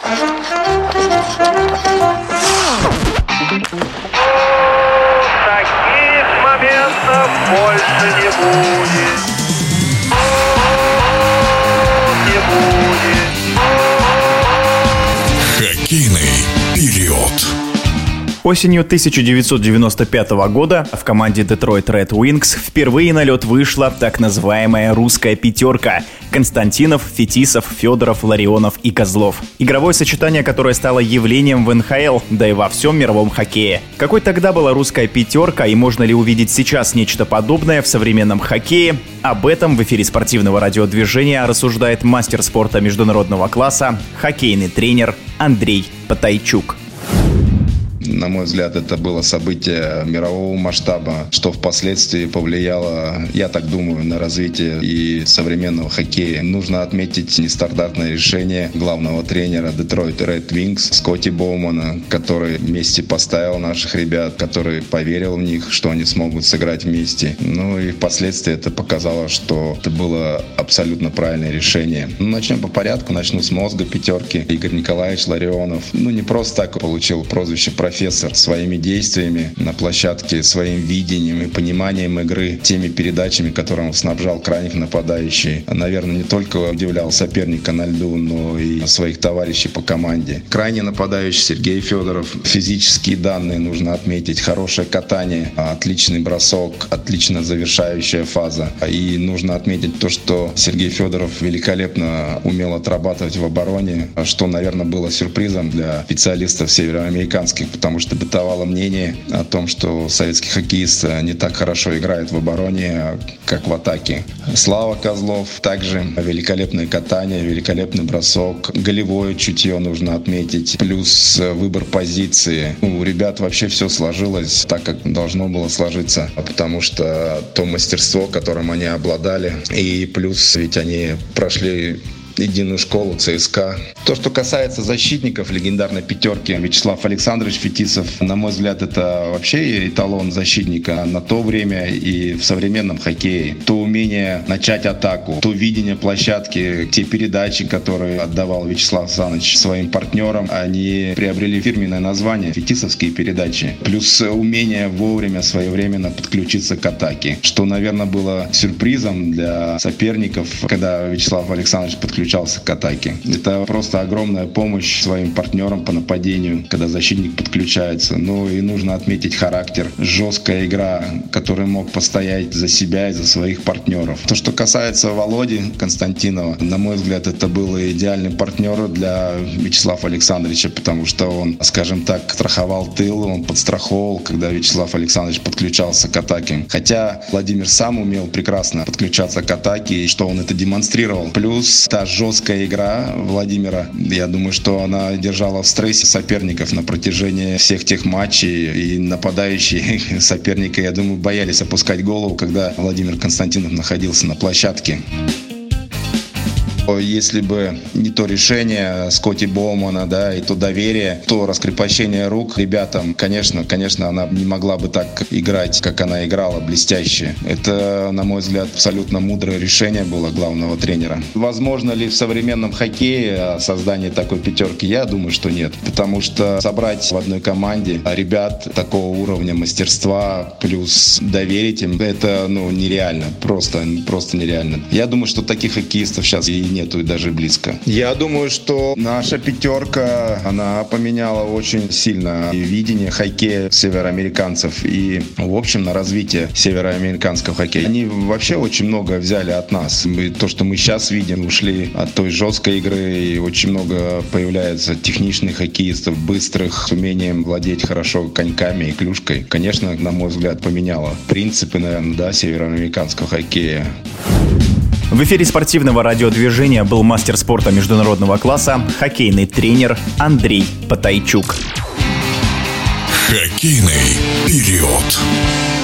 Таких моментов больше не будет. Не будет. Хоккейный период. Осенью 1995 года в команде Detroit Red Wings впервые на лед вышла так называемая «русская пятерка» — Константинов, Фетисов, Федоров, Ларионов и Козлов. Игровое сочетание, которое стало явлением в НХЛ, да и во всем мировом хоккее. Какой тогда была «русская пятерка» и можно ли увидеть сейчас нечто подобное в современном хоккее? Об этом в эфире спортивного радиодвижения рассуждает мастер спорта международного класса, хоккейный тренер Андрей Потайчук. На мой взгляд, это было событие мирового масштаба, что впоследствии повлияло, я так думаю, на развитие и современного хоккея. Нужно отметить нестандартное решение главного тренера Detroit Red Wings Скотти Боумана, который вместе поставил наших ребят, который поверил в них, что они смогут сыграть вместе. Ну и впоследствии это показало, что это было абсолютно правильное решение. Начнем по порядку, начну с мозга пятерки. Игорь Николаевич Ларионов, не просто так получил прозвище профессор, своими действиями на площадке, своим видением и пониманием игры, теми передачами, которым снабжал крайних нападающий. Наверное, не только удивлял соперника на льду, но и своих товарищей по команде. Крайний нападающий Сергей Федоров. Физические данные нужно отметить. Хорошее катание, отличный бросок, отлично завершающая фаза. И нужно отметить то, что Сергей Федоров великолепно умел отрабатывать в обороне, что, наверное, было сюрпризом для специалистов североамериканских, потому что бытовало мнение о том, что советский хоккеист не так хорошо играет в обороне, как в атаке. Слава Козлов, также великолепное катание, великолепный бросок, голевое чутье нужно отметить, плюс выбор позиции. У ребят вообще все сложилось так, как должно было сложиться, потому что то мастерство, которым они обладали, и плюс ведь они прошли единую школу ЦСКА. То, что касается защитников легендарной пятерки, Вячеслав Александрович Фетисов, на мой взгляд, это вообще эталон защитника на то время и в современном хоккее. То умение начать атаку, то видение площадки, те передачи, которые отдавал Вячеслав Александрович своим партнерам, они приобрели фирменное название «Фетисовские передачи». Плюс умение вовремя, своевременно подключиться к атаке, что, наверное, было сюрпризом для соперников, когда Вячеслав Александрович подключался к атаке. Это просто огромная помощь своим партнерам по нападению, когда защитник подключается. Ну и нужно отметить характер, жесткая игра, который мог постоять за себя и за своих партнеров. То, что касается Володи Константинова, на мой взгляд, это был идеальный партнер для Вячеслава Александровича, потому что он, скажем так, страховал тыл, он подстраховал, когда Вячеслав Александрович подключался к атаке. Хотя Владимир сам умел прекрасно подключаться к атаке, и что он это демонстрировал. Плюс та жесткая игра Владимира, я думаю, что она держала в стрессе соперников на протяжении всех тех матчей, и нападающие соперника, я думаю, боялись опускать голову, когда Владимир Константинов находился на площадке. Если бы не то решение Скотти Боумана, и то доверие, то раскрепощение рук ребятам, конечно, она не могла бы так играть, как она играла, блестяще. Это, на мой взгляд, абсолютно мудрое решение было главного тренера. Возможно ли в современном хоккее создание такой пятерки? Я думаю, что нет. Потому что собрать в одной команде ребят такого уровня мастерства плюс доверить им, это нереально. Просто нереально. Я думаю, что таких хоккеистов сейчас и нету даже близко. Я думаю, что наша пятерка, она поменяла очень сильно видение хоккея североамериканцев и, в общем, на развитие североамериканского хоккея. Они вообще очень много взяли от нас. И то, что мы сейчас видим, ушли от той жесткой игры, и очень много появляется техничных хоккеистов, быстрых, с умением владеть хорошо коньками и клюшкой. Конечно, на мой взгляд, поменяло принципы, наверное, североамериканского хоккея. В эфире спортивного радиодвижения был мастер спорта международного класса, хоккейный тренер Андрей Потайчук. Хоккейный период.